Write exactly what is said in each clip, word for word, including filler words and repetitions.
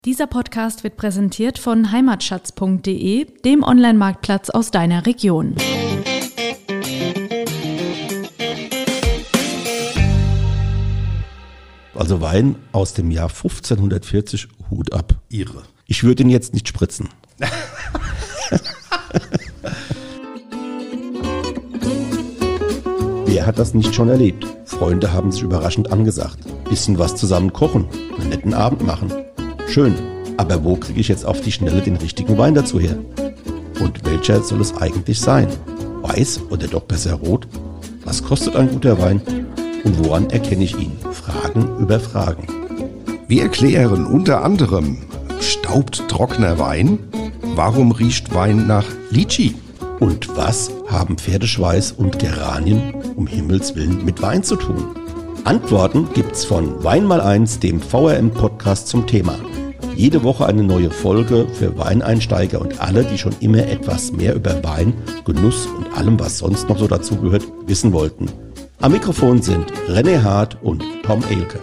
Dieser Podcast wird präsentiert von heimatschatz punkt de, dem Online-Marktplatz aus deiner Region. Also Wein aus dem Jahr fünfzehnhundertvierzig, Hut ab. Irre. Ich würde ihn jetzt nicht spritzen. Wer hat das nicht schon erlebt? Freunde haben sich überraschend angesagt. Bisschen was zusammen kochen, einen netten Abend machen. Schön, aber wo kriege ich jetzt auf die Schnelle den richtigen Wein dazu her? Und welcher soll es eigentlich sein? Weiß oder doch besser rot? Was kostet ein guter Wein? Und woran erkenne ich ihn? Fragen über Fragen. Wir erklären unter anderem, staubt trockener Wein? Warum riecht Wein nach Litschi? Und was haben Pferdeschweiß und Geranien um Himmels Willen mit Wein zu tun? Antworten gibt's von Wein mal eins, dem V R M-Podcast zum Thema. Jede Woche eine neue Folge für Weineinsteiger und alle, die schon immer etwas mehr über Wein, Genuss und allem, was sonst noch so dazugehört, wissen wollten. Am Mikrofon sind René Hart und Tom Ehlke.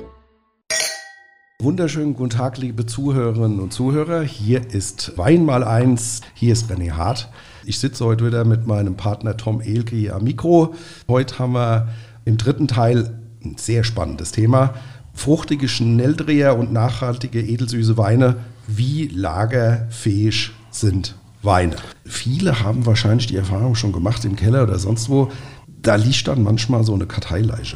Wunderschönen guten Tag, liebe Zuhörerinnen und Zuhörer. Hier ist Wein mal eins, hier ist René Hart. Ich sitze heute wieder mit meinem Partner Tom Ehlke hier am Mikro. Heute haben wir im dritten Teil ein sehr spannendes Thema. Fruchtige Schnelldreher und nachhaltige edelsüße Weine. Wie lagerfähig sind Weine? Viele haben wahrscheinlich die Erfahrung schon gemacht im Keller oder sonst wo. Da liegt dann manchmal so eine Karteileiche.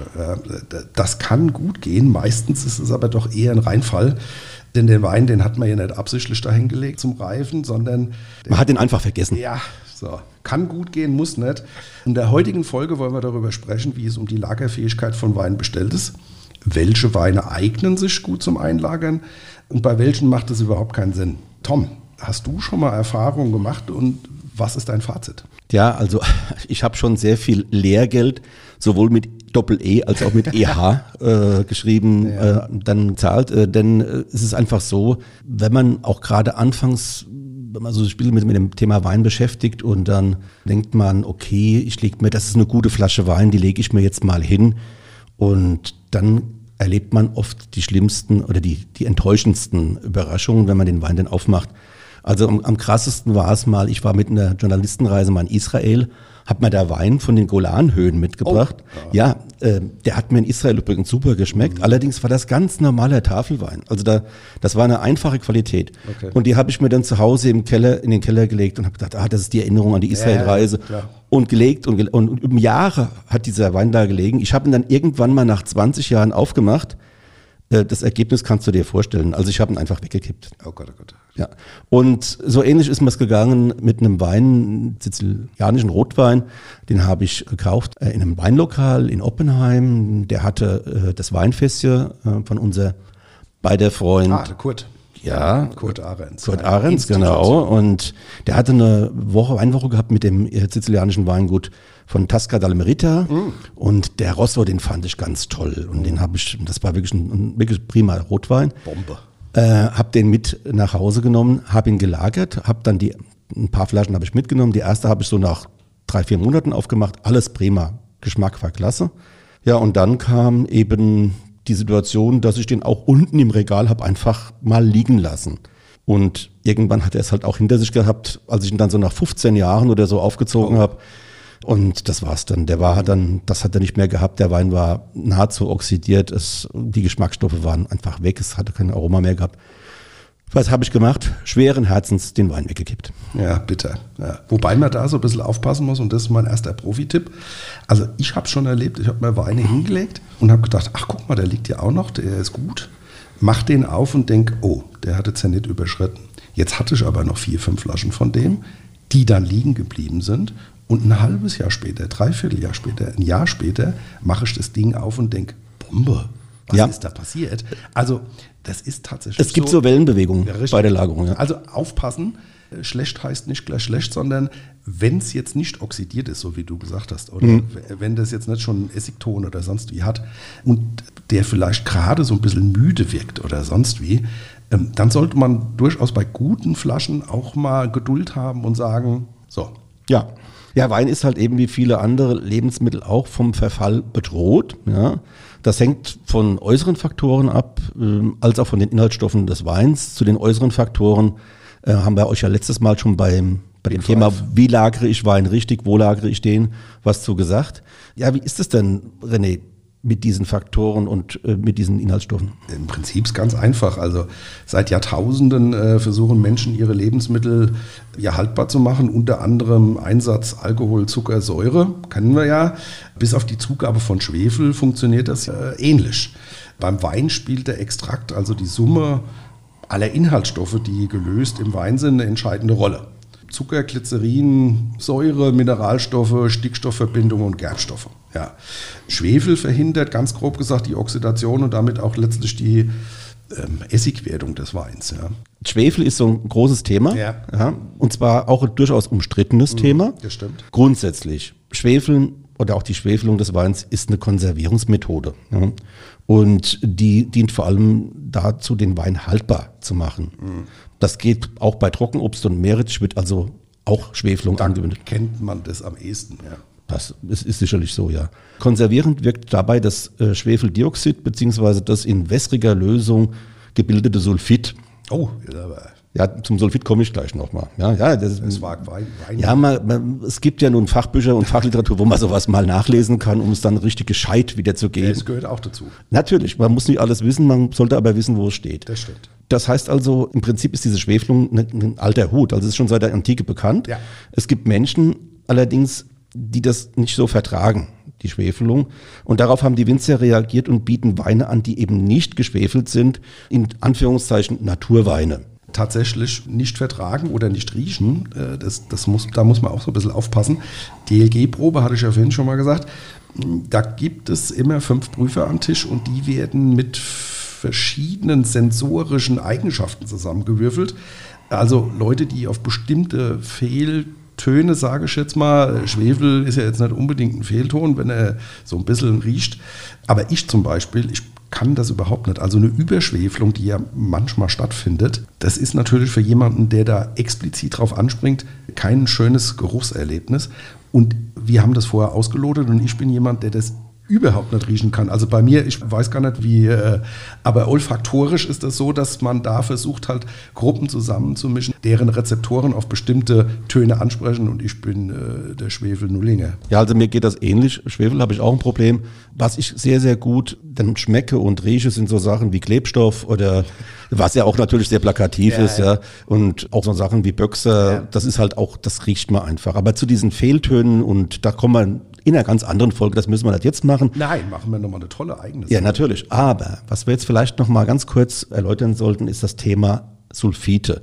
Das kann gut gehen, meistens ist es aber doch eher ein Reinfall. Denn den Wein, den hat man ja nicht absichtlich dahin gelegt zum Reifen, sondern... Man hat ihn einfach vergessen. Ja, so. Kann gut gehen, muss nicht. In der heutigen Folge wollen wir darüber sprechen, wie es um die Lagerfähigkeit von Wein bestellt ist. Welche Weine eignen sich gut zum Einlagern und bei welchen macht es überhaupt keinen Sinn? Tom, hast du schon mal Erfahrungen gemacht und was ist dein Fazit? Ja, also ich habe schon sehr viel Lehrgeld, sowohl mit Doppel-E als auch mit E H äh, geschrieben, ja. äh, dann zahlt. Äh, denn äh, es ist einfach so, wenn man auch gerade anfangs, wenn man so Spiel mit, mit dem Thema Wein beschäftigt und dann denkt man, okay, ich lege mir, das ist eine gute Flasche Wein, die lege ich mir jetzt mal hin. Und dann erlebt man oft die schlimmsten oder die, die enttäuschendsten Überraschungen, wenn man den Wein dann aufmacht. Also am, am krassesten war es mal, ich war mit einer Journalistenreise mal in Israel, habe mir da Wein von den Golanhöhen mitgebracht. Oh, ja, ja äh, der hat mir in Israel übrigens super geschmeckt. Mhm. Allerdings war das ganz normaler Tafelwein. Also da, das war eine einfache Qualität. Okay. Und die habe ich mir dann zu Hause im Keller, in den Keller gelegt und habe gedacht, ah, das ist die Erinnerung an die Israelreise. Ja, ja, und gelegt und, und, und über Jahre hat dieser Wein da gelegen. Ich habe ihn dann irgendwann mal nach zwanzig Jahren aufgemacht. Das Ergebnis kannst du dir vorstellen. Also ich habe ihn einfach weggekippt. Oh Gott, oh Gott. Ja. Und so ähnlich ist mir es gegangen mit einem Wein, sizilianischen Rotwein. Den habe ich gekauft in einem Weinlokal in Oppenheim. Der hatte das Weinfestchen von unser beider Freund. Ah, der Kurt. Ja, Kurt Ahrens. Kurt Ahrens, genau. Und der hatte eine Woche, Weinwoche gehabt mit dem sizilianischen Weingut von Tasca della Merita. Mm. Und der Rosso, den fand ich ganz toll. Und mm. den habe ich, das war wirklich ein, ein wirklich prima Rotwein. Bombe. Äh, hab den mit nach Hause genommen, habe ihn gelagert, habe dann die, ein paar Flaschen habe ich mitgenommen. Die erste habe ich so nach drei, vier Monaten aufgemacht. Alles prima. Geschmack war klasse. Ja, und dann kam eben die Situation, dass ich den auch unten im Regal habe einfach mal liegen lassen. Und irgendwann hat er es halt auch hinter sich gehabt, als ich ihn dann so nach fünfzehn Jahren oder so aufgezogen oh. habe. Und das war's dann. Der war dann, das hat er nicht mehr gehabt. Der Wein war nahezu oxidiert. Es, die Geschmacksstoffe waren einfach weg. Es hatte kein Aroma mehr gehabt. Was habe ich gemacht? Schweren Herzens den Wein weggekippt. Ja, bitter. Ja. Wobei man da so ein bisschen aufpassen muss und das ist mein erster Profi-Tipp. Also ich habe schon erlebt, ich habe mir Weine hingelegt und habe gedacht, ach guck mal, der liegt ja auch noch, der ist gut. Mach den auf und denk, oh, der hat jetzt ja nicht überschritten. Jetzt hatte ich aber noch vier, fünf Flaschen von dem, die dann liegen geblieben sind. Und ein halbes Jahr später, dreiviertel Jahr später, ein Jahr später mache ich das Ding auf und denk, Bombe. Was ja. ist da passiert? Also das ist tatsächlich Es gibt so, so Wellenbewegungen ja, bei der Lagerung. Ja. Also aufpassen, schlecht heißt nicht gleich schlecht, sondern wenn es jetzt nicht oxidiert ist, so wie du gesagt hast, oder mhm. wenn das jetzt nicht schon einen Essigton oder sonst wie hat und der vielleicht gerade so ein bisschen müde wirkt oder sonst wie, ähm, dann sollte man durchaus bei guten Flaschen auch mal Geduld haben und sagen, so. Ja. Ja, Wein ist halt eben wie viele andere Lebensmittel auch vom Verfall bedroht. Ja. Das hängt von äußeren Faktoren ab, äh, als auch von den Inhaltsstoffen des Weins. Zu den äußeren Faktoren äh, haben wir euch ja letztes Mal schon beim, bei dem Thema, wie lagere ich Wein richtig, wo lagere ich den, was zu gesagt. Ja, wie ist es denn, René, mit diesen Faktoren und äh, mit diesen Inhaltsstoffen? Im Prinzip ist ganz einfach. Also seit Jahrtausenden äh, versuchen Menschen, ihre Lebensmittel ja haltbar zu machen, unter anderem Einsatz Alkohol, Zucker, Säure, kennen wir ja. Bis auf die Zugabe von Schwefel funktioniert das äh, ähnlich. Beim Wein spielt der Extrakt, also die Summe aller Inhaltsstoffe, die gelöst im Wein sind, eine entscheidende Rolle. Zucker, Glycerin, Säure, Mineralstoffe, Stickstoffverbindungen und Gerbstoffe. Ja. Schwefel verhindert, ganz grob gesagt, die Oxidation und damit auch letztlich die ähm, Essigwerdung des Weins. Ja. Schwefel ist so ein großes Thema, ja. Ja, und zwar auch ein durchaus umstrittenes mhm, Thema. Das stimmt. Grundsätzlich, Schwefeln oder auch die Schwefelung des Weins ist eine Konservierungsmethode. Ja. Und die dient vor allem dazu, den Wein haltbar zu machen. Mhm. Das geht auch bei Trockenobst und Meeresfrüchten, wird also auch Schwefelung Dann angewendet. Kennt man das am ehesten, ja. Das ist, ist sicherlich so, ja. Konservierend wirkt dabei das äh, Schwefeldioxid beziehungsweise das in wässriger Lösung gebildete Sulfid. Oh, aber ja, zum Sulfid komme ich gleich nochmal. Ja, ja, das, das war Wein. Wein. Ja, man, man, es gibt ja nun Fachbücher und Fachliteratur, wo man sowas mal nachlesen kann, um es dann richtig gescheit wiederzugeben. Das gehört auch dazu. Natürlich, man muss nicht alles wissen, man sollte aber wissen, wo es steht. Das stimmt. Das heißt also, im Prinzip ist diese Schwefelung ein, ein alter Hut, also es ist schon seit der Antike bekannt. Ja. Es gibt Menschen allerdings, die das nicht so vertragen, die Schwefelung. Und darauf haben die Winzer reagiert und bieten Weine an, die eben nicht geschwefelt sind, in Anführungszeichen Naturweine. Tatsächlich nicht vertragen oder nicht riechen, das, das muss, da muss man auch so ein bisschen aufpassen. D L G-Probe hatte ich ja vorhin schon mal gesagt, da gibt es immer fünf Prüfer am Tisch und die werden mit verschiedenen sensorischen Eigenschaften zusammengewürfelt. Also Leute, die auf bestimmte Fehltöne, sage ich jetzt mal, Schwefel ist ja jetzt nicht unbedingt ein Fehlton, wenn er so ein bisschen riecht, aber ich zum Beispiel, ich kann das überhaupt nicht. Also eine Überschwefelung, die ja manchmal stattfindet, das ist natürlich für jemanden, der da explizit drauf anspringt, kein schönes Geruchserlebnis. Und wir haben das vorher ausgelotet und ich bin jemand, der das überhaupt nicht riechen kann. Also bei mir, ich weiß gar nicht wie, äh, aber olfaktorisch ist das so, dass man da versucht halt Gruppen zusammenzumischen, deren Rezeptoren auf bestimmte Töne ansprechen und ich bin äh, der Schwefel-Nullinger. Ja, also mir geht das ähnlich. Schwefel habe ich auch ein Problem. Was ich sehr, sehr gut dann schmecke und rieche, sind so Sachen wie Klebstoff oder was ja auch natürlich sehr plakativ ja, ist, ja. ja. Und auch so Sachen wie Böxer, ja. Das ist halt auch, das riecht man einfach. Aber zu diesen Fehltönen und da kommen wir in einer ganz anderen Folge, das müssen wir nicht jetzt machen. Nein, machen wir nochmal eine tolle eigene Ja, natürlich. Aber was wir jetzt vielleicht nochmal ganz kurz erläutern sollten, ist das Thema Sulfite.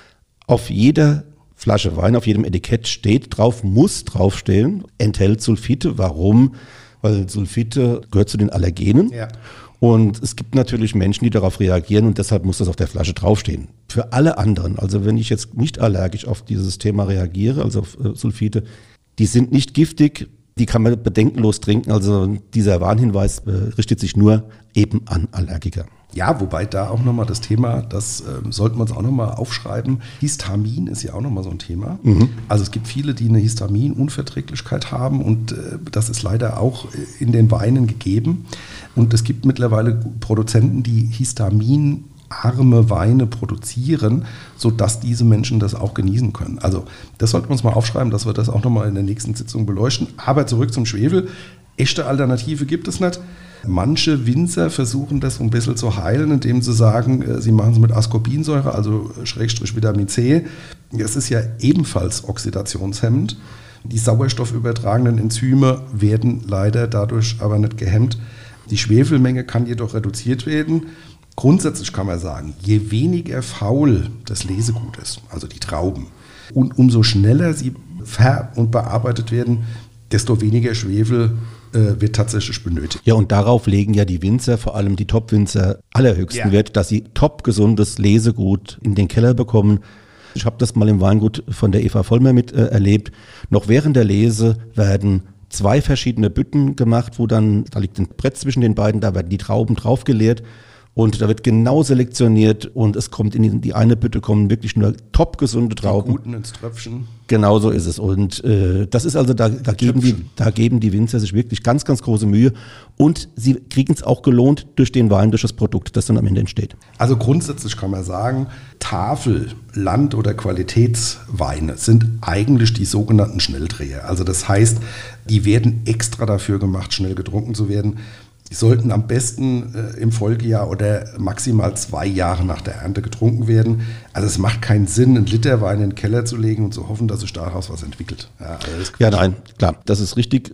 Auf jeder Flasche Wein, auf jedem Etikett steht drauf, muss draufstehen, enthält Sulfite. Warum? Weil Sulfite gehört zu den Allergenen. Ja. Und es gibt natürlich Menschen, die darauf reagieren und deshalb muss das auf der Flasche draufstehen. Für alle anderen, also wenn ich jetzt nicht allergisch auf dieses Thema reagiere, also auf äh, Sulfite, die sind nicht giftig, die kann man bedenkenlos trinken. Also dieser Warnhinweis äh, richtet sich nur eben an Allergiker. Ja, wobei da auch nochmal das Thema, das äh, sollten wir uns auch nochmal aufschreiben, Histamin ist ja auch nochmal so ein Thema. Mhm. Also es gibt viele, die eine Histaminunverträglichkeit haben und äh, das ist leider auch in den Weinen gegeben. Und es gibt mittlerweile Produzenten, die Histamin arme Weine produzieren, sodass diese Menschen das auch genießen können. Also das sollten wir uns mal aufschreiben, dass wir das auch nochmal in der nächsten Sitzung beleuchten. Aber zurück zum Schwefel. Echte Alternative gibt es nicht. Manche Winzer versuchen das so ein bisschen zu heilen, indem sie sagen, sie machen es mit Ascorbinsäure, also Schrägstrich Vitamin C. Das ist ja ebenfalls oxidationshemmend. Die sauerstoffübertragenden Enzyme werden leider dadurch aber nicht gehemmt. Die Schwefelmenge kann jedoch reduziert werden. Grundsätzlich kann man sagen, je weniger faul das Lesegut ist, also die Trauben, und umso schneller sie ver- und bearbeitet werden, desto weniger Schwefel äh, wird tatsächlich benötigt. Ja, und darauf legen ja die Winzer, vor allem die Top-Winzer, allerhöchsten Ja. Wert, dass sie top gesundes Lesegut in den Keller bekommen. Ich habe das mal im Weingut von der Eva Vollmer mit äh, erlebt. Noch während der Lese werden zwei verschiedene Bütten gemacht, wo dann, da liegt ein Brett zwischen den beiden, da werden die Trauben draufgeleert. Und da wird genau selektioniert und es kommt in die, die eine Bütte kommen wirklich nur top gesunde Trauben. Die guten ins Tröpfchen. Genau so ist es. Und äh, das ist also, da, da, geben die, da geben die Winzer sich wirklich ganz, ganz große Mühe. Und sie kriegen es auch gelohnt durch den Wein, durch das Produkt, das dann am Ende entsteht. Also grundsätzlich kann man sagen, Tafel-, Land- oder Qualitätsweine sind eigentlich die sogenannten Schnelldreher. Also das heißt, die werden extra dafür gemacht, schnell getrunken zu werden. Die sollten am besten äh, im Folgejahr oder maximal zwei Jahre nach der Ernte getrunken werden. Also es macht keinen Sinn, einen Liter Wein in den Keller zu legen und zu hoffen, dass sich daraus was entwickelt. Ja, also ja nein, klar, das ist richtig.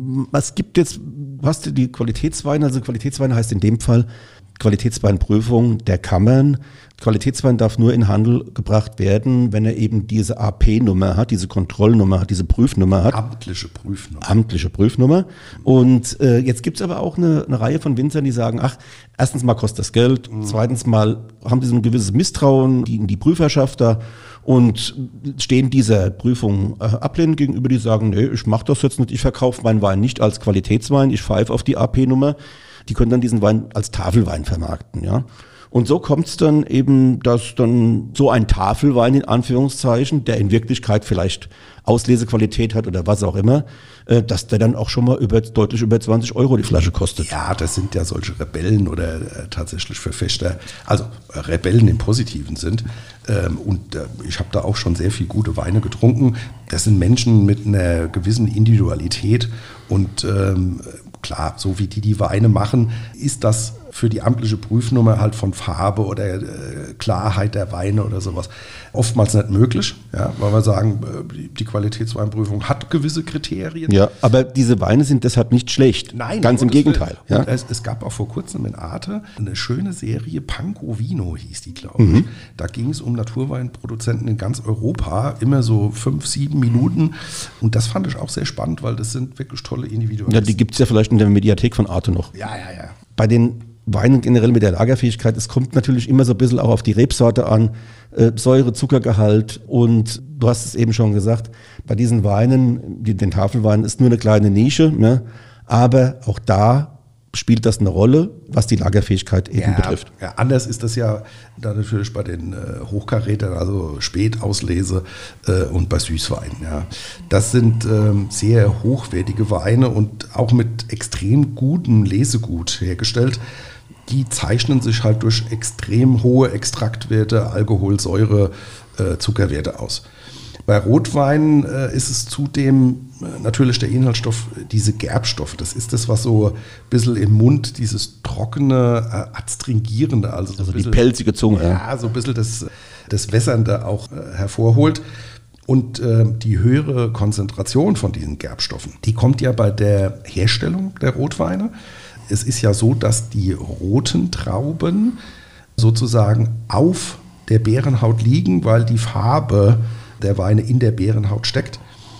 Es gibt jetzt, du hast die Qualitätsweine, also Qualitätsweine heißt in dem Fall Qualitätsweinprüfung der Kammern. Qualitätswein darf nur in Handel gebracht werden, wenn er eben diese A P-Nummer hat, diese Kontrollnummer hat, diese Prüfnummer hat. Amtliche Prüfnummer. Amtliche Prüfnummer. Und äh, jetzt gibt es aber auch eine, eine Reihe von Winzern, die sagen, ach, erstens mal kostet das Geld, mhm. zweitens mal haben die so ein gewisses Misstrauen in die Prüferschaft da und stehen dieser Prüfung äh, ablehnend gegenüber, die sagen, nee, ich mache das jetzt nicht, ich verkaufe meinen Wein nicht als Qualitätswein, ich pfeife auf die A P-Nummer. Die können dann diesen Wein als Tafelwein vermarkten, ja. Und so kommt es dann eben, dass dann so ein Tafelwein in Anführungszeichen, der in Wirklichkeit vielleicht Auslesequalität hat oder was auch immer, äh, dass der dann auch schon mal über, deutlich über zwanzig Euro die Flasche kostet. Ja, das sind ja solche Rebellen oder äh, tatsächlich Verfechter, also äh, Rebellen im positiven sind. Ähm, und äh, ich habe da auch schon sehr viel gute Weine getrunken. Das sind Menschen mit einer gewissen Individualität und ähm, klar, so wie die die Weine machen, ist das für die amtliche Prüfnummer halt von Farbe oder äh, Klarheit der Weine oder sowas oftmals nicht möglich, ja, weil wir sagen, äh, die Qualitätsweinprüfung hat gewisse Kriterien. Ja, aber diese Weine sind deshalb nicht schlecht. Nein, ganz im Gegenteil. Ja. Es, es gab auch vor kurzem in Arte eine schöne Serie, Panko Vino hieß die, glaube ich. Mhm. Da ging es um Naturweinproduzenten in ganz Europa, immer so fünf, sieben Minuten. Und das fand ich auch sehr spannend, weil das sind wirklich tolle Individualisten. Ja, die gibt es ja vielleicht in der Mediathek von Arte noch. Ja, ja, ja. Bei den Weinen generell mit der Lagerfähigkeit, es kommt natürlich immer so ein bisschen auch auf die Rebsorte an, äh, Säure, Zuckergehalt und du hast es eben schon gesagt, bei diesen Weinen, die, den Tafelweinen ist nur eine kleine Nische, ne? Aber auch da spielt das eine Rolle, was die Lagerfähigkeit eben ja, betrifft. Ja, anders ist das ja da natürlich bei den äh, Hochkarätern, also Spätauslese äh, und bei Süßweinen. Ja. Das sind ähm, sehr hochwertige Weine und auch mit extrem gutem Lesegut hergestellt. Die zeichnen sich halt durch extrem hohe Extraktwerte, Alkohol, Säure, äh, Zuckerwerte aus. Bei Rotweinen äh, ist es zudem äh, natürlich der Inhaltsstoff, diese Gerbstoffe. Das ist das, was so ein bisschen im Mund, dieses trockene, äh, adstringierende, also, so also ein bisschen, die pelzige Zunge. Ja, ja, so ein bisschen das, das Wässernde auch äh, hervorholt. Und äh, die höhere Konzentration von diesen Gerbstoffen, die kommt ja bei der Herstellung der Rotweine. Es ist ja so, dass die roten Trauben sozusagen auf der Beerenhaut liegen, weil die Farbe der Weine in der Beerenhaut steckt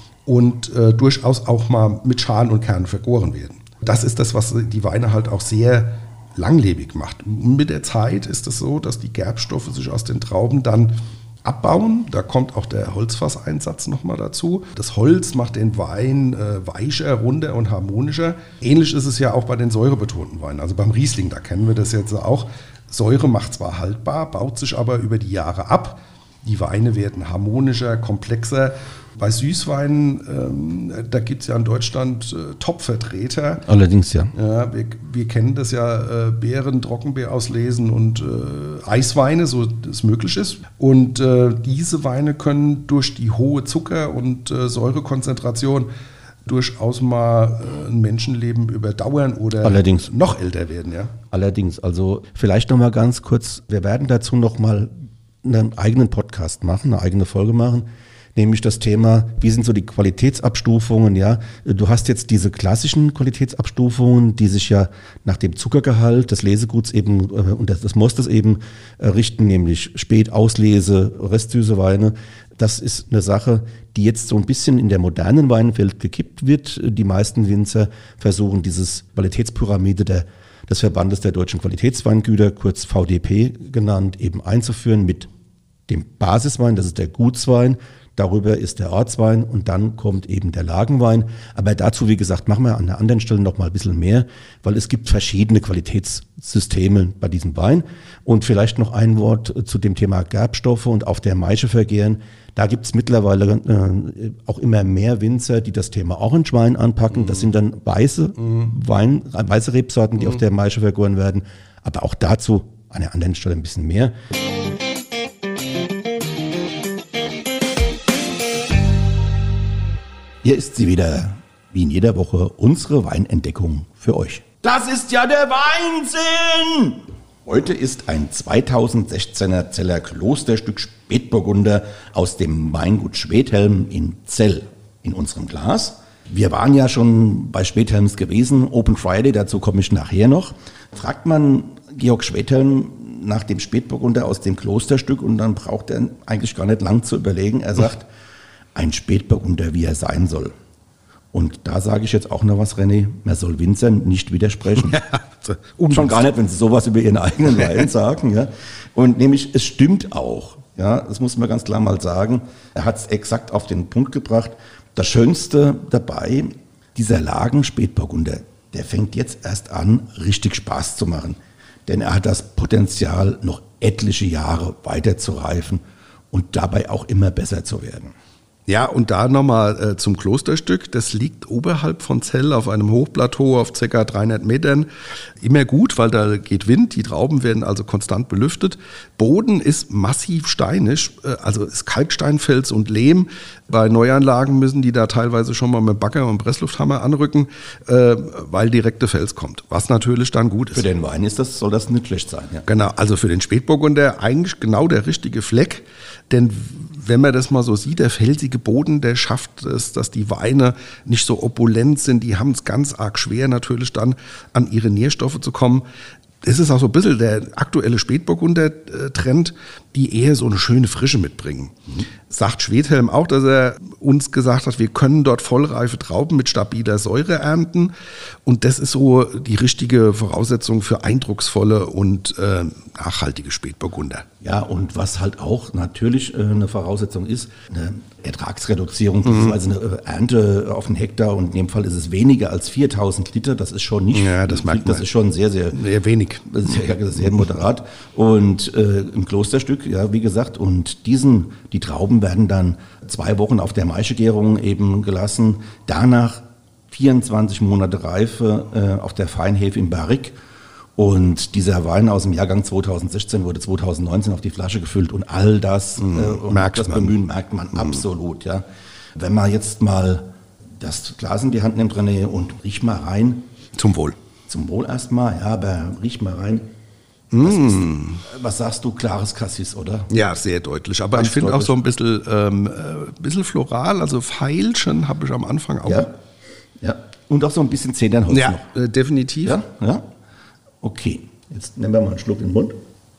und äh, durchaus auch mal mit Schalen und Kernen vergoren werden. Das ist das, was die Weine halt auch sehr langlebig macht. Mit der Zeit ist es so, dass die Gerbstoffe sich aus den Trauben dann abbauen. Da kommt auch der Holzfasseinsatz nochmal dazu. Das Holz macht den Wein äh, weicher, runder und harmonischer. Ähnlich ist es ja auch bei den säurebetonten Weinen. Also beim Riesling, da kennen wir das jetzt auch. Säure macht zwar haltbar, baut sich aber über die Jahre ab. Die Weine werden harmonischer, komplexer. Bei Süßweinen, ähm, da gibt es ja in Deutschland äh, Top-Vertreter. Allerdings, ja. Ja, wir, wir kennen das ja, äh, Beeren, Trockenbeer auslesen und äh, Eisweine, so das möglich ist. Und äh, diese Weine können durch die hohe Zucker- und äh, Säurekonzentration durchaus mal äh, ein Menschenleben überdauern oder Allerdings. noch älter werden. Ja? Allerdings, also vielleicht noch mal ganz kurz, wir werden dazu noch mal einen eigenen Podcast machen, eine eigene Folge machen, nämlich das Thema, wie sind so die Qualitätsabstufungen, ja. Du hast jetzt diese klassischen Qualitätsabstufungen, die sich ja nach dem Zuckergehalt des Leseguts eben äh, und des Mostes eben äh, richten, nämlich Spätauslese, restsüße Weine. Das ist eine Sache, die jetzt so ein bisschen in der modernen Weinwelt gekippt wird. Die meisten Winzer versuchen, dieses Qualitätspyramide der des Verbandes der deutschen Qualitätsweingüter, kurz V D P genannt, eben einzuführen mit dem Basiswein, das ist der Gutswein, Darüber ist der Ortswein und dann kommt eben der Lagenwein. Aber dazu, wie gesagt, machen wir an der anderen Stelle noch mal ein bisschen mehr, weil es gibt verschiedene Qualitätssysteme bei diesem Wein. Und vielleicht noch ein Wort zu dem Thema Gerbstoffe und auf der Maische vergären. Da gibt es mittlerweile äh, auch immer mehr Winzer, die das Thema Orangewein anpacken. Mhm. Das sind dann weiße mhm. Wein, weiße Rebsorten, die mhm. auf der Maische vergoren werden. Aber auch dazu an der anderen Stelle ein bisschen mehr. Hier ist sie wieder, wie in jeder Woche, unsere Weinentdeckung für euch. Das ist ja der Weinsinn! Heute ist ein zweitausendsechzehner Zeller Klosterstück Spätburgunder aus dem Weingut Schwedhelm in Zell in unserem Glas. Wir waren ja schon bei Schwedhelms gewesen, Open Friday, dazu komme ich nachher noch. Fragt man Georg Schwedhelm nach dem Spätburgunder aus dem Klosterstück und dann braucht er eigentlich gar nicht lang zu überlegen. Er sagt, ein Spätburgunder, wie er sein soll. Und da sage ich jetzt auch noch was, René, man soll Winzern nicht widersprechen. Ja, schon gar nicht, wenn sie sowas über ihren eigenen Wein sagen. Ja. Und nämlich, es stimmt auch. Ja, das muss man ganz klar mal sagen. Er hat es exakt auf den Punkt gebracht. Das Schönste dabei, dieser Lagen-Spätburgunder, der fängt jetzt erst an, richtig Spaß zu machen. Denn er hat das Potenzial, noch etliche Jahre weiter zu reifen und dabei auch immer besser zu werden. Ja, und da nochmal äh, zum Klosterstück. Das liegt oberhalb von Zell auf einem Hochplateau auf ca. dreihundert Metern. Immer gut, weil da geht Wind. Die Trauben werden also konstant belüftet. Boden ist massiv steinig, äh, also ist Kalksteinfels und Lehm. Bei Neuanlagen müssen die da teilweise schon mal mit Bagger und Presslufthammer anrücken, äh, weil direkte Fels kommt. Was natürlich dann gut ist. Für den Wein ist das, soll das nicht schlecht sein. Ja. Genau, also für den Spätburgunder eigentlich genau der richtige Fleck. Denn wenn man das mal so sieht, der felsige Boden, der schafft es, dass die Weine nicht so opulent sind. Die haben es ganz arg schwer natürlich dann an ihre Nährstoffe zu kommen. Es ist auch so ein bisschen der aktuelle Spätburgunder-Trend, die eher so eine schöne Frische mitbringen. Mhm. Sagt Schwedhelm auch, dass er uns gesagt hat, wir können dort vollreife Trauben mit stabiler Säure ernten. Und das ist so die richtige Voraussetzung für eindrucksvolle und äh, nachhaltige Spätburgunder. Ja, und was halt auch natürlich äh, eine Voraussetzung ist, eine Ertragsreduzierung, beziehungsweise eine äh, Ernte auf einen Hektar. Und in dem Fall ist es weniger als viertausend Liter. Das ist schon nicht, ja, das, merkt das ist schon sehr, sehr, sehr wenig. Sehr, sehr moderat. Und äh, im Klosterstück, ja, wie gesagt, und diesen, die Trauben werden dann zwei Wochen auf der Maischegärung eben gelassen. Danach vierundzwanzig Monate Reife äh, auf der Feinhefe im Barrique. Und dieser Wein aus dem Jahrgang zweitausendsechzehn wurde zweitausendneunzehn auf die Flasche gefüllt und all das, mm, äh, und merkt das man. Bemühen merkt man mm. absolut. Ja. Wenn man jetzt mal das Glas in die Hand nimmt, René, und riech mal rein. Zum Wohl. Zum Wohl erstmal, ja, aber riech mal rein. Was, ist, was sagst du, klares Cassis, oder? Ja, sehr deutlich. Aber Ganz ich finde auch so ein bisschen, ähm, ein bisschen floral, also Veilchen habe ich am Anfang auch. Ja, ja. Und auch so ein bisschen Zedernholz ja, noch. Äh, definitiv. Ja, ja. Okay, jetzt nehmen wir mal einen Schluck in den Mund.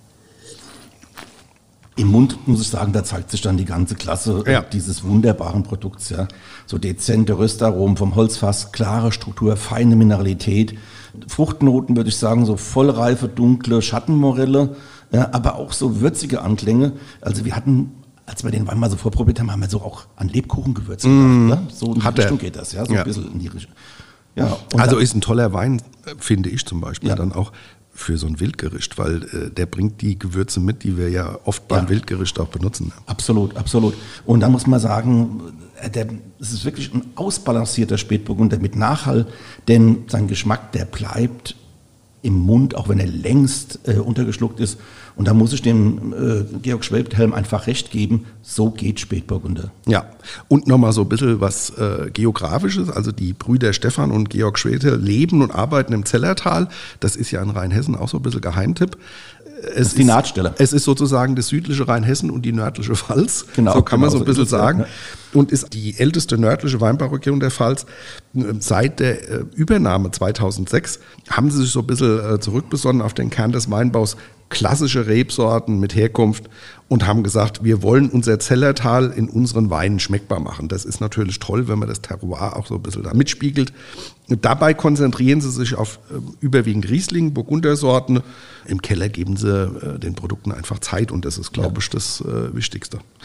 Im Mund, muss ich sagen, da zeigt sich dann die ganze Klasse ja. dieses wunderbaren Produkts. Ja. So dezente Röstaromen vom Holzfass, klare Struktur, feine Mineralität. Fruchtnoten würde ich sagen, so vollreife, dunkle Schattenmorelle, ja, aber auch so würzige Anklänge. Also wir hatten, als wir den Wein mal so vorprobiert haben, haben wir so auch an Lebkuchengewürze mm, gedacht. Ja? So in die Hat Richtung er. geht das, ja, so ja. ein bisschen in die Richtung. Ja, also dann, ist ein toller Wein, finde ich zum Beispiel, ja. dann auch für so ein Wildgericht, weil äh, der bringt die Gewürze mit, die wir ja oft beim ja. Wildgericht auch benutzen. Absolut, absolut. Und da muss man sagen, der, es ist wirklich ein ausbalancierter Spätburgunder mit Nachhall, denn sein Geschmack, der bleibt im Mund, auch wenn er längst äh, untergeschluckt ist. Und da muss ich dem äh, Georg Schwedhelm einfach recht geben, so geht Spätburgunder. Ja, und nochmal so ein bisschen was äh, Geografisches, also die Brüder Stefan und Georg Schwedhelm leben und arbeiten im Zellertal. Das ist ja in Rheinhessen auch so ein bisschen Geheimtipp. Es das ist die Nahtstelle. Es ist sozusagen das südliche Rheinhessen und die nördliche Pfalz. Genau, so kann genau, man so ein bisschen so sagen. Ja. Und ist die älteste nördliche Weinbauregion der Pfalz. Seit der äh, Übernahme zweitausendsechs haben sie sich so ein bisschen äh, zurückbesonnen auf den Kern des Weinbaus. Klassische Rebsorten mit Herkunft und haben gesagt, wir wollen unser Zellertal in unseren Weinen schmeckbar machen. Das ist natürlich toll, wenn man das Terroir auch so ein bisschen da mitspiegelt. Dabei konzentrieren sie sich auf äh, überwiegend Riesling, Burgundersorten. Im Keller geben sie äh, den Produkten einfach Zeit und das ist, glaube ja. ich, das äh, Wichtigste.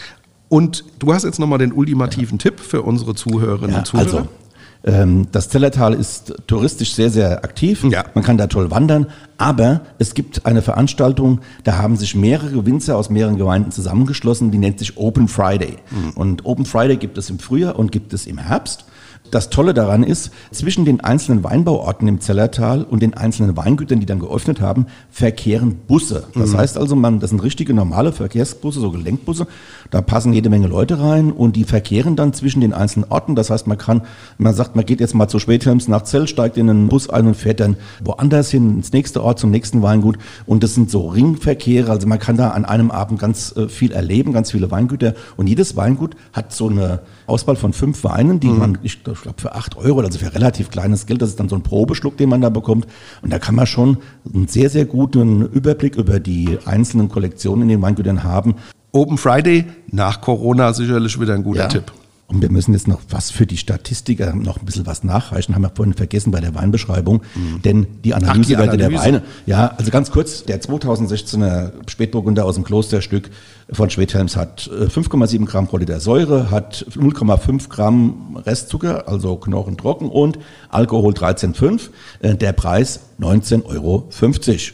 Und du hast jetzt nochmal den ultimativen ja. Tipp für unsere Zuhörerinnen ja, und Zuhörer. Also, ähm, das Zellertal ist touristisch sehr, sehr aktiv. Ja. Man kann da toll wandern. Aber es gibt eine Veranstaltung, da haben sich mehrere Winzer aus mehreren Gemeinden zusammengeschlossen, die nennt sich Open Friday. Mhm. Und Open Friday gibt es im Frühjahr und gibt es im Herbst. Das Tolle daran ist, zwischen den einzelnen Weinbauorten im Zellertal und den einzelnen Weingütern, die dann geöffnet haben, verkehren Busse. Das mhm. heißt also, man, das sind richtige normale Verkehrsbusse, so Gelenkbusse. Da passen jede Menge Leute rein und die verkehren dann zwischen den einzelnen Orten. Das heißt, man kann, man sagt, man geht jetzt mal zu Späthelms nach Zell, steigt in einen Bus ein und fährt dann woanders hin, ins nächste Ort, zum nächsten Weingut. Und das sind so Ringverkehre. Also man kann da an einem Abend ganz äh, viel erleben, ganz viele Weingüter. Und jedes Weingut hat so eine Auswahl von fünf Weinen, die mhm. man, ich glaube, für acht Euro, also für relativ kleines Geld, das ist dann so ein Probeschluck, den man da bekommt. Und da kann man schon einen sehr, sehr guten Überblick über die einzelnen Kollektionen in den Weingütern haben. Open Friday, nach Corona sicherlich wieder ein guter ja. Tipp. Und wir müssen jetzt noch was für die Statistiker noch ein bisschen was nachreichen, haben wir vorhin vergessen bei der Weinbeschreibung, mhm. denn die Analysewerte der Weine, ja, also ganz kurz, der zweitausendsechzehner Spätburgunder aus dem Klosterstück von Späthelms hat fünf Komma sieben Gramm pro Liter Säure, hat null Komma fünf Gramm Restzucker, also knochentrocken und Alkohol dreizehn Komma fünf, der Preis neunzehn Euro fünfzig.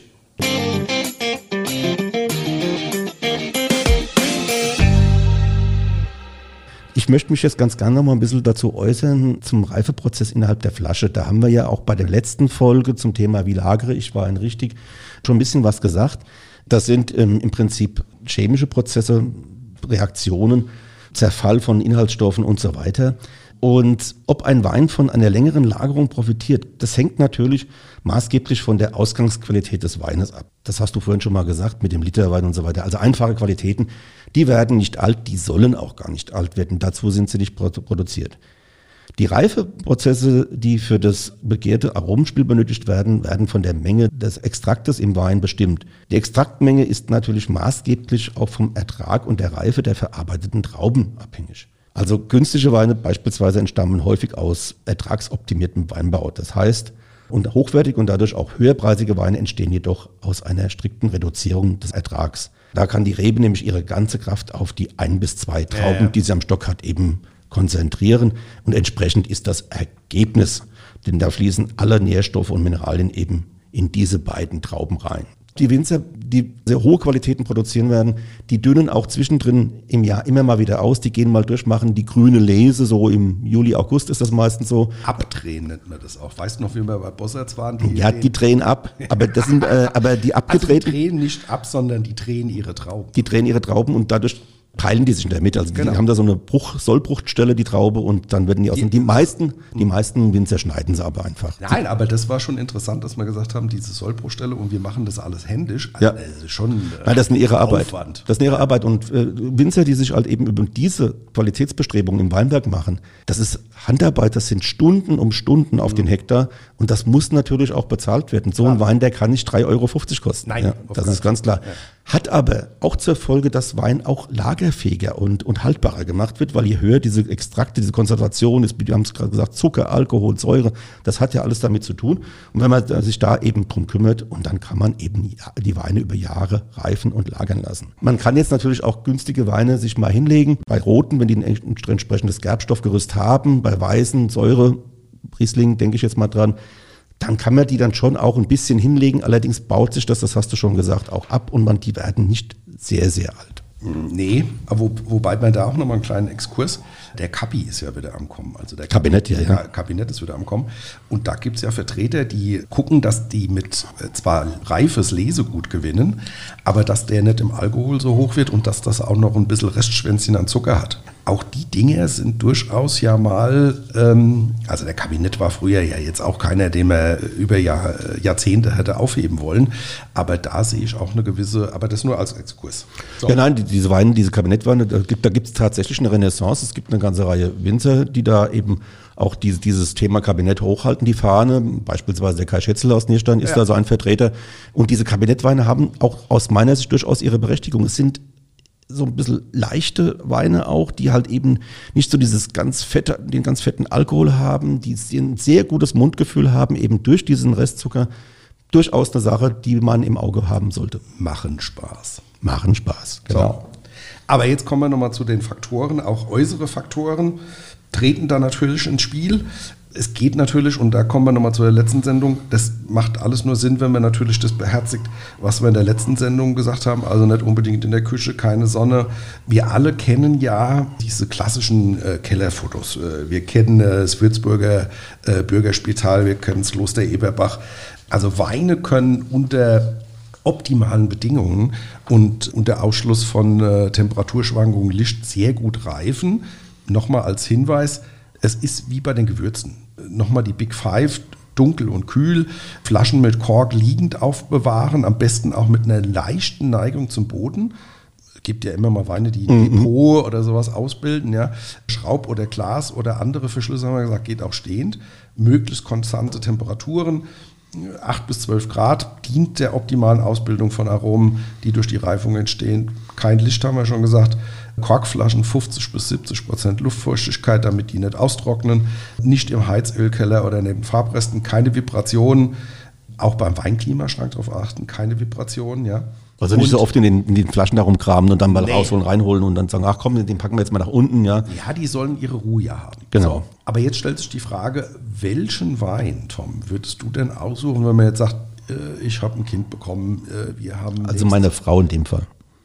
Ich möchte mich jetzt ganz gerne noch mal ein bisschen dazu äußern zum Reifeprozess innerhalb der Flasche. Da haben wir ja auch bei der letzten Folge zum Thema wie lagere ich Wein richtig schon ein bisschen was gesagt. Das sind ähm, im Prinzip chemische Prozesse, Reaktionen, Zerfall von Inhaltsstoffen und so weiter. Und ob ein Wein von einer längeren Lagerung profitiert, das hängt natürlich maßgeblich von der Ausgangsqualität des Weines ab. Das hast du vorhin schon mal gesagt mit dem Literwein und so weiter. Also einfache Qualitäten, die werden nicht alt, die sollen auch gar nicht alt werden. Dazu sind sie nicht produziert. Die Reifeprozesse, die für das begehrte Aromenspiel benötigt werden, werden von der Menge des Extraktes im Wein bestimmt. Die Extraktmenge ist natürlich maßgeblich auch vom Ertrag und der Reife der verarbeiteten Trauben abhängig. Also günstige Weine beispielsweise entstammen häufig aus ertragsoptimiertem Weinbau. Das heißt, und hochwertige und dadurch auch höherpreisige Weine entstehen jedoch aus einer strikten Reduzierung des Ertrags. Da kann die Rebe nämlich ihre ganze Kraft auf die ein bis zwei Trauben, ja, ja. die sie am Stock hat, eben konzentrieren. Und entsprechend ist das Ergebnis, denn da fließen alle Nährstoffe und Mineralien eben in diese beiden Trauben rein. Die Winzer, die sehr hohe Qualitäten produzieren werden, die dünnen auch zwischendrin im Jahr immer mal wieder aus. Die gehen mal durch, machen die grüne Lese, so im Juli, August ist das meistens so. Abdrehen nennt man das auch. Weißt du noch, wie wir bei Bossards waren? Die ja, die drehen ab, aber das sind, äh, aber die abgedrehten. Also die drehen nicht ab, sondern die drehen ihre Trauben. Die drehen ihre Trauben und dadurch teilen die sich in der Mitte. Also die genau. haben da so eine Bruch, Sollbruchstelle, die Traube, und dann werden die aus. Die, die meisten, die meisten Winzer schneiden sie aber einfach. Nein, aber das war schon interessant, dass wir gesagt haben, diese Sollbruchstelle, und wir machen das alles händisch. Also ja. das ist schon äh, Nein, das ist eine ihre Arbeit. Aufwand. Das ist eine ihre Arbeit. Und äh, Winzer, die sich halt eben über diese Qualitätsbestrebungen im Weinberg machen, das ist Handarbeit, das sind Stunden um Stunden auf mhm. den Hektar, und das muss natürlich auch bezahlt werden. So ein Wein, der kann nicht drei Euro fünfzig kosten. Nein, ja, das ist ganz klar. Ja. Hat aber auch zur Folge, dass Wein auch lagerfähiger und, und haltbarer gemacht wird, weil je höher diese Extrakte, diese Konzentration ist, wir haben es gerade gesagt, Zucker, Alkohol, Säure, das hat ja alles damit zu tun. Und wenn man sich da eben drum kümmert, und dann kann man eben die Weine über Jahre reifen und lagern lassen. Man kann jetzt natürlich auch günstige Weine sich mal hinlegen, bei roten, wenn die ein entsprechendes Gerbstoffgerüst haben, bei weißen, Säure, Riesling, denke ich jetzt mal dran, dann kann man die dann schon auch ein bisschen hinlegen. Allerdings baut sich das, das hast du schon gesagt, auch ab, und man, die werden nicht sehr, sehr alt. Nee, aber wo, wobei man da auch nochmal einen kleinen Exkurs, der Kabi ist ja wieder am Kommen. Also der Kabinett, ja, ja. Kabinett ist wieder am Kommen. Und da gibt es ja Vertreter, die gucken, dass die mit zwar reifes Lesegut gewinnen, aber dass der nicht im Alkohol so hoch wird und dass das auch noch ein bisschen Restschwänzchen an Zucker hat. Auch die Dinge sind durchaus ja mal, ähm, also der Kabinett war früher ja jetzt auch keiner, den man über Jahr, Jahrzehnte hätte aufheben wollen, aber da sehe ich auch eine gewisse, aber das nur als Exkurs. So. Ja, nein, die, diese Weine, diese Kabinettweine, da gibt da gibt's tatsächlich eine Renaissance. Es gibt eine ganze Reihe Winzer, die da eben auch diese, dieses Thema Kabinett hochhalten, die Fahne. Beispielsweise der Kai Schätzl aus Nierstein ist ja. da so ein Vertreter. Und diese Kabinettweine haben auch aus meiner Sicht durchaus ihre Berechtigung. Es sind so ein bisschen leichte Weine auch, die halt eben nicht so dieses ganz fette, den ganz fetten Alkohol haben, die ein sehr gutes Mundgefühl haben, eben durch diesen Restzucker. Durchaus eine Sache, die man im Auge haben sollte. Machen Spaß. Machen Spaß, genau. So. Aber jetzt kommen wir nochmal zu den Faktoren. Auch äußere Faktoren treten da natürlich ins Spiel. Es geht natürlich, und da kommen wir nochmal zur letzten Sendung, das macht alles nur Sinn, wenn man natürlich das beherzigt, was wir in der letzten Sendung gesagt haben, also nicht unbedingt in der Küche, keine Sonne. Wir alle kennen ja diese klassischen äh, Kellerfotos. Äh, wir kennen äh, das Würzburger äh, Bürgerspital, wir kennen das Kloster Eberbach. Also Weine können unter optimalen Bedingungen und unter Ausschluss von äh, Temperaturschwankungen, Licht sehr gut reifen. Nochmal als Hinweis, es ist wie bei den Gewürzen. Nochmal die Big Five, dunkel und kühl, Flaschen mit Kork liegend aufbewahren, am besten auch mit einer leichten Neigung zum Boden. Es gibt ja immer mal Weine, die ein mhm. Depot oder sowas ausbilden. Ja. Schraub oder Glas oder andere Verschlüsse, haben wir gesagt, geht auch stehend. Möglichst konstante Temperaturen, acht bis zwölf Grad, dient der optimalen Ausbildung von Aromen, die durch die Reifung entstehen. Kein Licht, haben wir schon gesagt. Korkflaschen fünfzig bis siebzig Prozent Luftfeuchtigkeit, damit die nicht austrocknen. Nicht im Heizölkeller oder neben Farbresten, keine Vibrationen. Auch beim Weinklimaschrank darauf achten, keine Vibrationen. Ja. Also nicht und, so oft in den, in den Flaschen darum kramen und dann mal nee. rausholen, reinholen und dann sagen, ach komm, den packen wir jetzt mal nach unten. Ja, ja, die sollen ihre Ruhe ja haben. Genau. So. Aber jetzt stellt sich die Frage, welchen Wein, Tom, würdest du denn aussuchen, wenn man jetzt sagt, äh, ich habe ein Kind bekommen, äh, wir haben... Also meine Frau in dem Fall.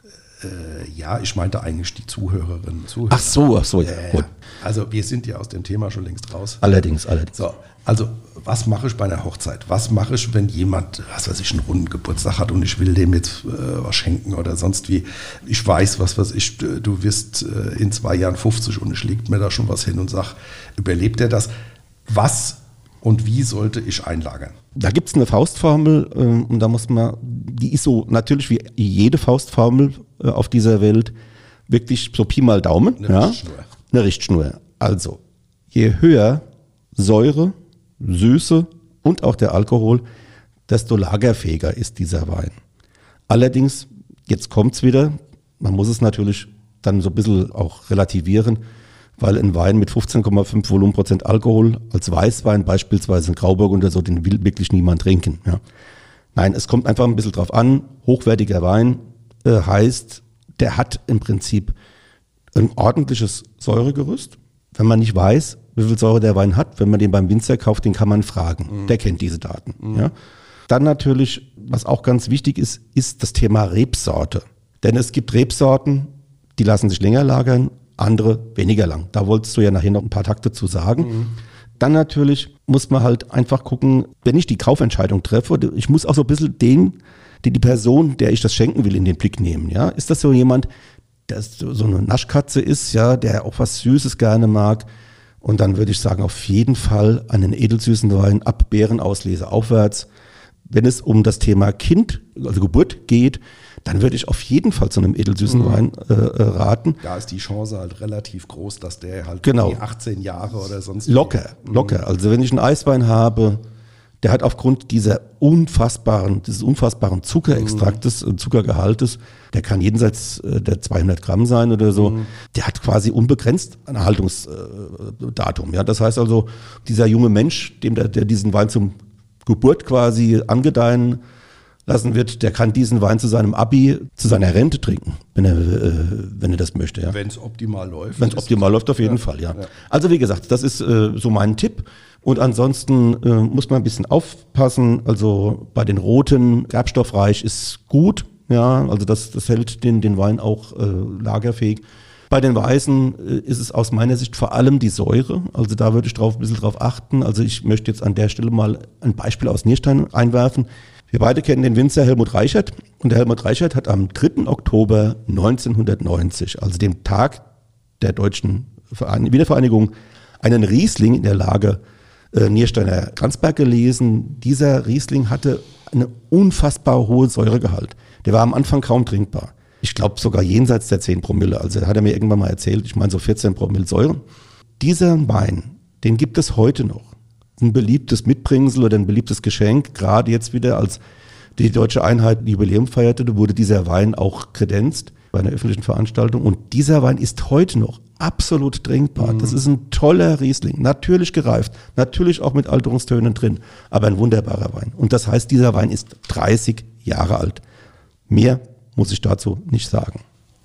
Äh, ja, ich meinte eigentlich die Zuhörerinnen und Zuhörer. Ach so, ach so, ja. Äh, gut. Also wir sind ja aus dem Thema schon längst raus. Allerdings, allerdings. So, also was mache ich bei einer Hochzeit? Was mache ich, wenn jemand, was weiß ich, einen runden Geburtstag hat und ich will dem jetzt äh, was schenken oder sonst wie? Ich weiß, was weiß ich, du wirst äh, in zwei Jahren fünfzig und ich leg mir da schon was hin und sag, überlebt er das? Was und wie sollte ich einlagern? Da gibt es eine Faustformel ähm, und da muss man, die ist so natürlich wie jede Faustformel äh, auf dieser Welt, wirklich so Pi mal Daumen. Eine ja? Richtschnur. Eine Richtschnur. Also, je höher Säure, Süße und auch der Alkohol, desto lagerfähiger ist dieser Wein. Allerdings, jetzt kommt es wieder, man muss es natürlich dann so ein bisschen auch relativieren, weil ein Wein mit fünfzehn Komma fünf Volumenprozent Alkohol als Weißwein, beispielsweise ein Grauburgunder, so, den will wirklich niemand trinken. Ja. Nein, es kommt einfach ein bisschen drauf an. Hochwertiger Wein äh, heißt, der hat im Prinzip ein ordentliches Säuregerüst. Wenn man nicht weiß, wie viel Säure der Wein hat, wenn man den beim Winzer kauft, den kann man fragen. Mhm. Der kennt diese Daten. Mhm. Ja. Dann natürlich, was auch ganz wichtig ist, ist das Thema Rebsorte. Denn es gibt Rebsorten, die lassen sich länger lagern, andere weniger lang. Da wolltest du ja nachher noch ein paar Takte zu sagen. Mhm. Dann natürlich muss man halt einfach gucken, wenn ich die Kaufentscheidung treffe, ich muss auch so ein bisschen den, die, die Person, der ich das schenken will, in den Blick nehmen. Ja? Ist das so jemand, der so eine Naschkatze ist, ja, der auch was Süßes gerne mag? Und dann würde ich sagen, auf jeden Fall einen edelsüßen Wein ab Beerenauslese aufwärts. Wenn es um das Thema Kind, also Geburt geht, dann würde ich auf jeden Fall zu einem edelsüßen mhm. Wein äh, raten. Da ist die Chance halt relativ groß, dass der halt genau. achtzehn Jahre oder sonst locker, wie. locker. Also wenn ich einen Eiswein habe, der hat aufgrund dieser unfassbaren, dieses unfassbaren Zuckerextraktes, mhm. Zuckergehaltes, der kann jenseits der zweihundert Gramm sein oder so, mhm. der hat quasi unbegrenzt ein Erhaltungsdatum. Ja, das heißt also, dieser junge Mensch, dem der, der diesen Wein zum Geburt quasi angedeihen lassen wird, der kann diesen Wein zu seinem Abi, zu seiner Rente trinken, wenn er, äh, wenn er das möchte. Ja. Wenn es optimal läuft. Wenn es optimal läuft, auf jeden ja. Fall, ja. ja. Also wie gesagt, das ist äh, so mein Tipp. Und ansonsten äh, muss man ein bisschen aufpassen. Also bei den Roten, gerbstoffreich ist gut, ja, also das, das hält den, den Wein auch äh, lagerfähig. Bei den Weißen äh, ist es aus meiner Sicht vor allem die Säure. Also da würde ich drauf, ein bisschen drauf achten. Also ich möchte jetzt an der Stelle mal ein Beispiel aus Nierstein einwerfen. Wir beide kennen den Winzer Helmut Reichert. Und der Helmut Reichert hat am dritten Oktober neunzehnhundertneunzig, also dem Tag der deutschen Verein- Wiedervereinigung, einen Riesling in der Lage äh, Niersteiner Kranzberg gelesen. Dieser Riesling hatte einen unfassbar hohen Säuregehalt. Der war am Anfang kaum trinkbar. Ich glaube sogar jenseits der zehn Promille. Also hat er mir irgendwann mal erzählt, ich meine so vierzehn Promille Säure. Dieser Wein, den gibt es heute noch. Ein beliebtes Mitbringsel oder ein beliebtes Geschenk. Gerade jetzt wieder, als die Deutsche Einheit Jubiläum feierte, wurde dieser Wein auch kredenzt bei einer öffentlichen Veranstaltung. Und dieser Wein ist heute noch absolut trinkbar. Mhm. Das ist ein toller Riesling. Natürlich gereift, natürlich auch mit Alterungstönen drin, aber ein wunderbarer Wein. Und das heißt, dieser Wein ist dreißig Jahre alt. Mehr muss ich dazu nicht sagen.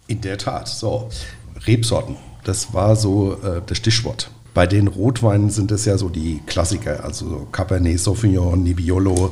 In der Tat. So, Rebsorten, das war so äh, das Stichwort. Bei den Rotweinen sind es ja so die Klassiker, also Cabernet Sauvignon, Nebbiolo,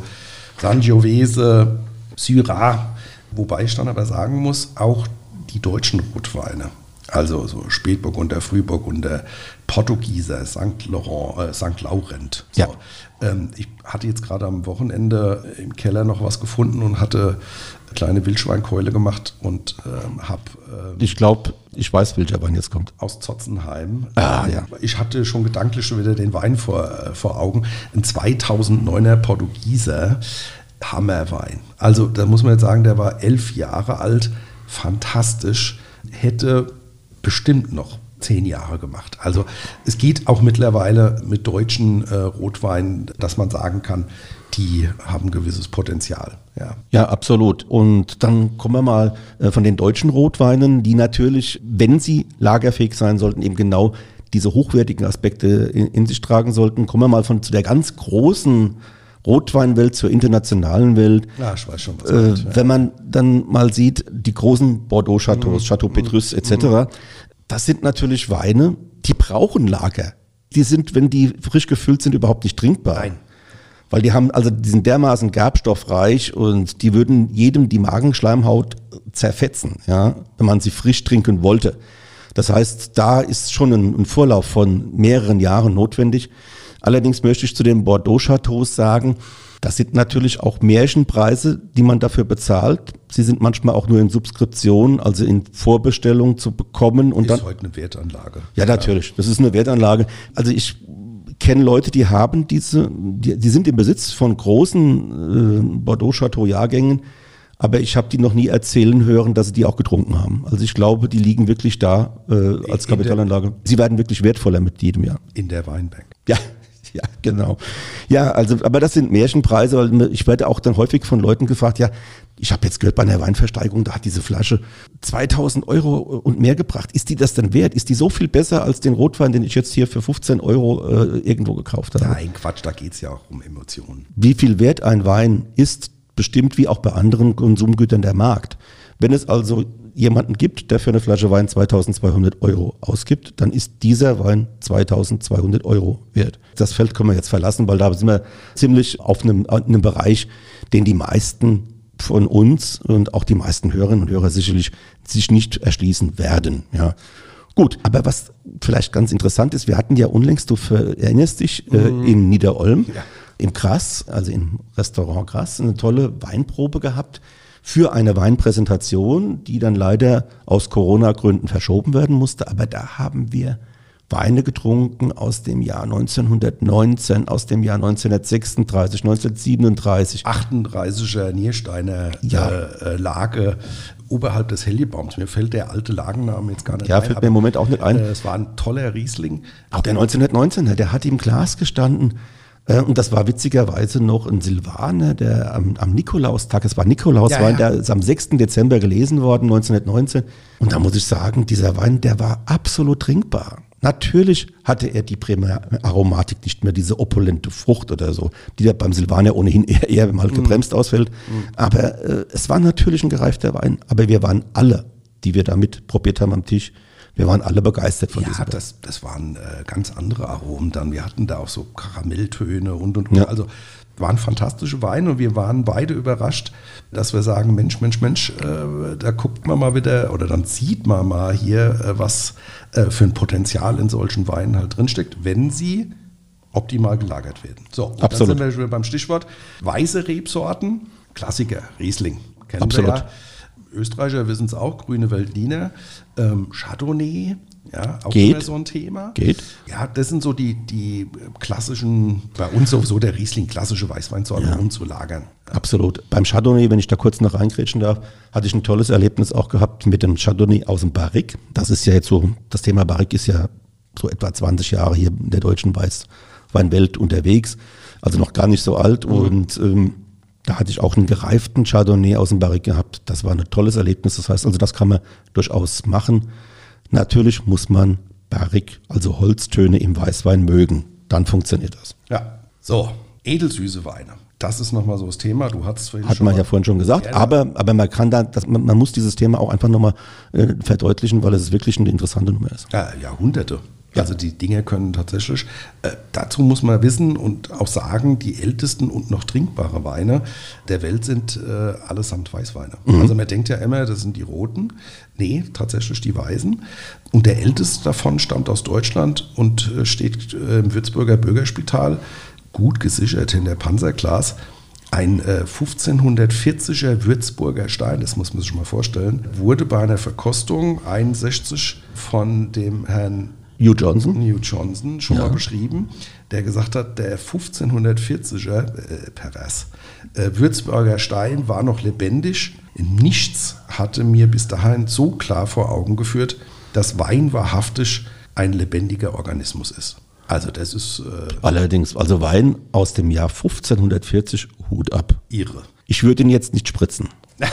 Sangiovese, Syrah. Wobei ich dann aber sagen muss, auch die deutschen Rotweine, also so Spätburgunder, Frühburgunder, Portugieser, Sankt Laurent, äh, Sankt Laurent. So. Ja. Ähm, ich hatte jetzt gerade am Wochenende im Keller noch was gefunden und hatte eine kleine Wildschweinkeule gemacht und ähm, habe ähm, Ich glaube, ich weiß, welcher Wein jetzt kommt. aus Zotzenheim. Ah, ähm, ja. Ich hatte schon gedanklich schon wieder den Wein vor, äh, vor Augen. Ein zweitausenddeuner Portugieser, Hammerwein. Also da muss man jetzt sagen, der war elf Jahre alt, fantastisch, hätte bestimmt noch zehn Jahre gemacht. Also es geht auch mittlerweile mit deutschen äh, Rotweinen, dass man sagen kann, die haben gewisses Potenzial. Ja. Ja, absolut. Und dann kommen wir mal äh, von den deutschen Rotweinen, die natürlich, wenn sie lagerfähig sein sollten, eben genau diese hochwertigen Aspekte in, in sich tragen sollten. Kommen wir mal von zu der ganz großen Rotweinwelt zur internationalen Welt. Ja, ich weiß schon, was Äh, kommt, ja. wenn man dann mal sieht, die großen Bordeaux-Chateaus, Chateau Petrus et cetera, das sind natürlich Weine, die brauchen Lager. Die sind, wenn die frisch gefüllt sind, überhaupt nicht trinkbar. Nein. Weil die haben, also die sind dermaßen gerbstoffreich und die würden jedem die Magenschleimhaut zerfetzen, ja, wenn man sie frisch trinken wollte. Das heißt, da ist schon ein, ein Vorlauf von mehreren Jahren notwendig. Allerdings möchte ich zu den Bordeaux-Chateaus sagen, das sind natürlich auch Märchenpreise, die man dafür bezahlt. Sie sind manchmal auch nur in Subskription, also in Vorbestellung zu bekommen. Und Ist dann, heute eine Wertanlage. ja, natürlich, das ist eine Wertanlage. Also ich kenne Leute, die haben diese, die, die sind im Besitz von großen äh, Bordeaux-Chateau-Jahrgängen, aber ich habe die noch nie erzählen hören, dass sie die auch getrunken haben. Also ich glaube, die liegen wirklich da äh, als In der- Kapitalanlage. Sie werden wirklich wertvoller mit jedem Jahr. In der Weinbank. Ja, ja, genau. Ja, also, aber das sind Märchenpreise, weil ich werde auch dann häufig von Leuten gefragt, ja, ich habe jetzt gehört bei einer Weinversteigerung, da hat diese Flasche zweitausend Euro und mehr gebracht. Ist die das denn wert? Ist die so viel besser als den Rotwein, den ich jetzt hier für fünfzehn Euro äh, irgendwo gekauft habe? Nein, Quatsch, da geht es ja auch um Emotionen. Wie viel wert ein Wein ist, bestimmt wie auch bei anderen Konsumgütern der Markt. Wenn es also jemanden gibt, der für eine Flasche Wein zweitausendzweihundert Euro ausgibt, dann ist dieser Wein zweitausendzweihundert Euro wert. Das Feld können wir jetzt verlassen, weil da sind wir ziemlich auf einem, einem Bereich, den die meisten von uns und auch die meisten Hörerinnen und Hörer sicherlich sich nicht erschließen werden. Ja. Gut, aber was vielleicht ganz interessant ist, wir hatten ja unlängst, du erinnerst dich, äh, in Niederolm, Ja. im Grass, also im Restaurant Grass, eine tolle Weinprobe gehabt für eine Weinpräsentation, die dann leider aus Corona-Gründen verschoben werden musste. Aber da haben wir Weine getrunken aus dem Jahr neunzehnhundertneunzehn, aus dem Jahr neunzehnhundertsechsunddreißig, neunzehnhundertsiebenunddreißig. achtunddreißiger Niersteiner Ja. äh, Lage oberhalb des Hellibaums. Mir fällt der alte Lagenname jetzt gar nicht Ja, ein. fällt aber, mir im Moment auch nicht ein. Äh, es war ein toller Riesling. Auch der neunzehnhundertneunzehner, der hat im Glas gestanden. äh, Und das war witzigerweise noch ein Silvaner, der am, am Nikolaustag, es war Nikolauswein, Ja, ja. der ist am sechsten Dezember gelesen worden, neunzehnhundertneunzehn. Und da muss ich sagen, dieser Wein, der war absolut trinkbar. Natürlich hatte er die Primäraromatik nicht mehr, diese opulente Frucht oder so, die ja beim Silvaner ohnehin eher, eher mal gebremst ausfällt. Aber äh, es war natürlich ein gereifter Wein. Aber wir waren alle, die wir damit probiert haben am Tisch, wir waren alle begeistert von diesem Ja, Wein. das, das waren äh, ganz andere Aromen dann. Wir hatten da auch so Karamelltöne und und und. Ja. Also waren fantastische Weine und wir waren beide überrascht, dass wir sagen, Mensch, Mensch, Mensch, äh, da guckt man mal wieder oder dann sieht man mal hier, äh, was äh, für ein Potenzial in solchen Weinen halt drinsteckt, wenn sie optimal gelagert werden. So, und Absolut. dann sind wir schon wieder beim Stichwort weiße Rebsorten, Klassiker, Riesling, kennen Absolut. wir ja. Österreicher wissen es auch, grüne Veltliner, ähm, Chardonnay, ja, auch Geht. immer so ein Thema. Geht. Ja, das sind so die, die klassischen, bei uns sowieso der Riesling, klassische Weißweinsorten, Ja. um zu lagern. Absolut. Beim Chardonnay, wenn ich da kurz noch reingrätschen darf, hatte ich ein tolles Erlebnis auch gehabt mit dem Chardonnay aus dem Barrique. Das ist ja jetzt so, das Thema Barrique ist ja so etwa zwanzig Jahre hier in der deutschen Weißweinwelt unterwegs, also noch gar nicht so alt. Mhm. Und ähm, da hatte ich auch einen gereiften Chardonnay aus dem Barrique gehabt. Das war ein tolles Erlebnis. Das heißt, also das kann man durchaus machen. Natürlich muss man Barrique, also Holztöne im Weißwein mögen. Dann funktioniert das. Ja, so, edelsüße Weine. Das ist nochmal so das Thema. Du hast vorhin Hat schon man mal ja vorhin schon gesagt, Ja, aber, aber man kann da, das, man, man muss dieses Thema auch einfach nochmal äh, verdeutlichen, weil es wirklich eine interessante Nummer ist. Ja, Jahrhunderte. Also die Dinge können tatsächlich, äh, dazu muss man wissen und auch sagen, die ältesten und noch trinkbare Weine der Welt sind äh, allesamt Weißweine. Mhm. Also man denkt ja immer, das sind die roten. Nee, tatsächlich die weißen. Und der älteste davon stammt aus Deutschland und äh, steht äh, im Würzburger Bürgerspital, gut gesichert hinter Panzerglas. Ein äh, fünfzehnhundertvierziger Würzburger Stein, das muss man sich mal vorstellen, wurde bei einer Verkostung einundsechzig von dem Herrn Hugh Johnson. Hugh Johnson schon Ja. mal beschrieben, der gesagt hat, der fünfzehnhundertvierziger, äh, pervers, äh, Würzburger Stein war noch lebendig. Nichts hatte mir bis dahin so klar vor Augen geführt, dass Wein wahrhaftig ein lebendiger Organismus ist. Also das ist äh, Allerdings, also Wein aus dem Jahr fünfzehnhundertvierzig, Hut ab. irre. Ich würde ihn jetzt nicht spritzen.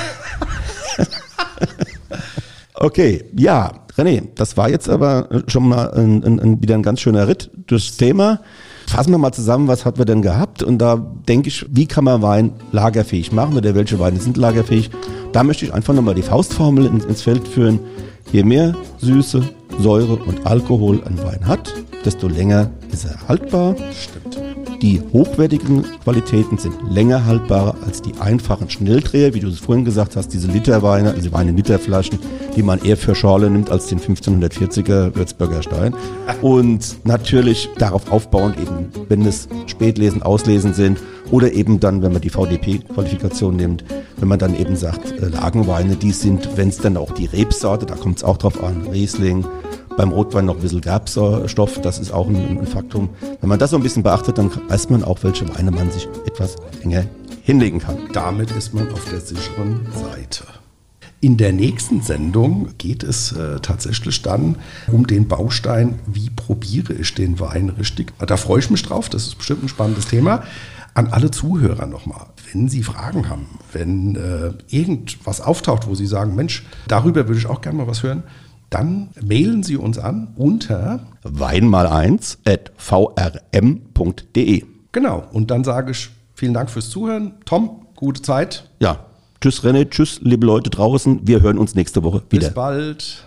Okay, ja, René, das war jetzt aber schon mal ein, ein, ein, wieder ein ganz schöner Ritt durchs Thema. Fassen wir mal zusammen, was hatten wir denn gehabt? Und da denke ich, wie kann man Wein lagerfähig machen oder welche Weine sind lagerfähig? Da möchte ich einfach nochmal die Faustformel ins, ins Feld führen. Je mehr Süße, Säure und Alkohol ein Wein hat, desto länger ist er haltbar. Stimmt. Die hochwertigen Qualitäten sind länger haltbarer als die einfachen Schnelldreher, wie du es vorhin gesagt hast, diese Literweine, also Weine in Literflaschen, die man eher für Schorle nimmt als den fünfzehnhundertvierziger Würzburger Stein. Und natürlich darauf aufbauend eben, wenn es Spätlesen, Auslesen sind oder eben dann, wenn man die V D P-Qualifikation nimmt, wenn man dann eben sagt, äh, Lagenweine, die sind, wenn es dann auch die Rebsorte, da kommt es auch drauf an, Riesling, beim Rotwein noch ein bisschen Gerbstoff, das ist auch ein, ein Faktum. Wenn man das so ein bisschen beachtet, dann weiß man auch, welche Weine man sich etwas länger hinlegen kann. Damit ist man auf der sicheren Seite. In der nächsten Sendung geht es äh, tatsächlich dann um den Baustein, wie probiere ich den Wein richtig. Da freue ich mich drauf, das ist bestimmt ein spannendes Thema. An alle Zuhörer nochmal, wenn Sie Fragen haben, wenn äh, irgendwas auftaucht, wo Sie sagen, Mensch, darüber würde ich auch gerne mal was hören, dann mailen Sie uns an unter Wein mal eins at v r m punkt d e. Genau, und dann sage ich vielen Dank fürs Zuhören. Tom, gute Zeit. Ja, tschüss René, tschüss liebe Leute draußen. Wir hören uns nächste Woche wieder. Bis bald.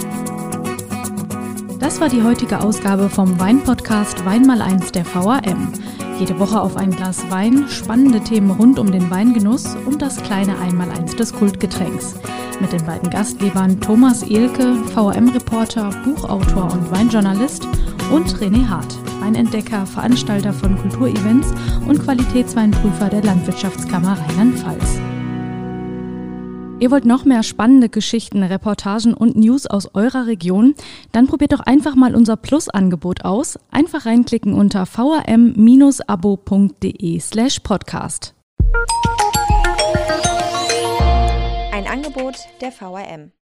Das war die heutige Ausgabe vom Wein-Podcast Wein mal eins der V A M. Jede Woche auf ein Glas Wein, spannende Themen rund um den Weingenuss und das kleine Einmaleins des Kultgetränks. Mit den beiden Gastgebern Thomas Ehlke, V A M-Reporter, Buchautor und Weinjournalist, und René Hart, Weinentdecker, Veranstalter von Kulturevents und Qualitätsweinprüfer der Landwirtschaftskammer Rheinland-Pfalz. Ihr wollt noch mehr spannende Geschichten, Reportagen und News aus eurer Region? Dann probiert doch einfach mal unser Plus-Angebot aus. Einfach reinklicken unter v a m bindestrich abo punkt d e slash podcast. Ein Angebot der V A M.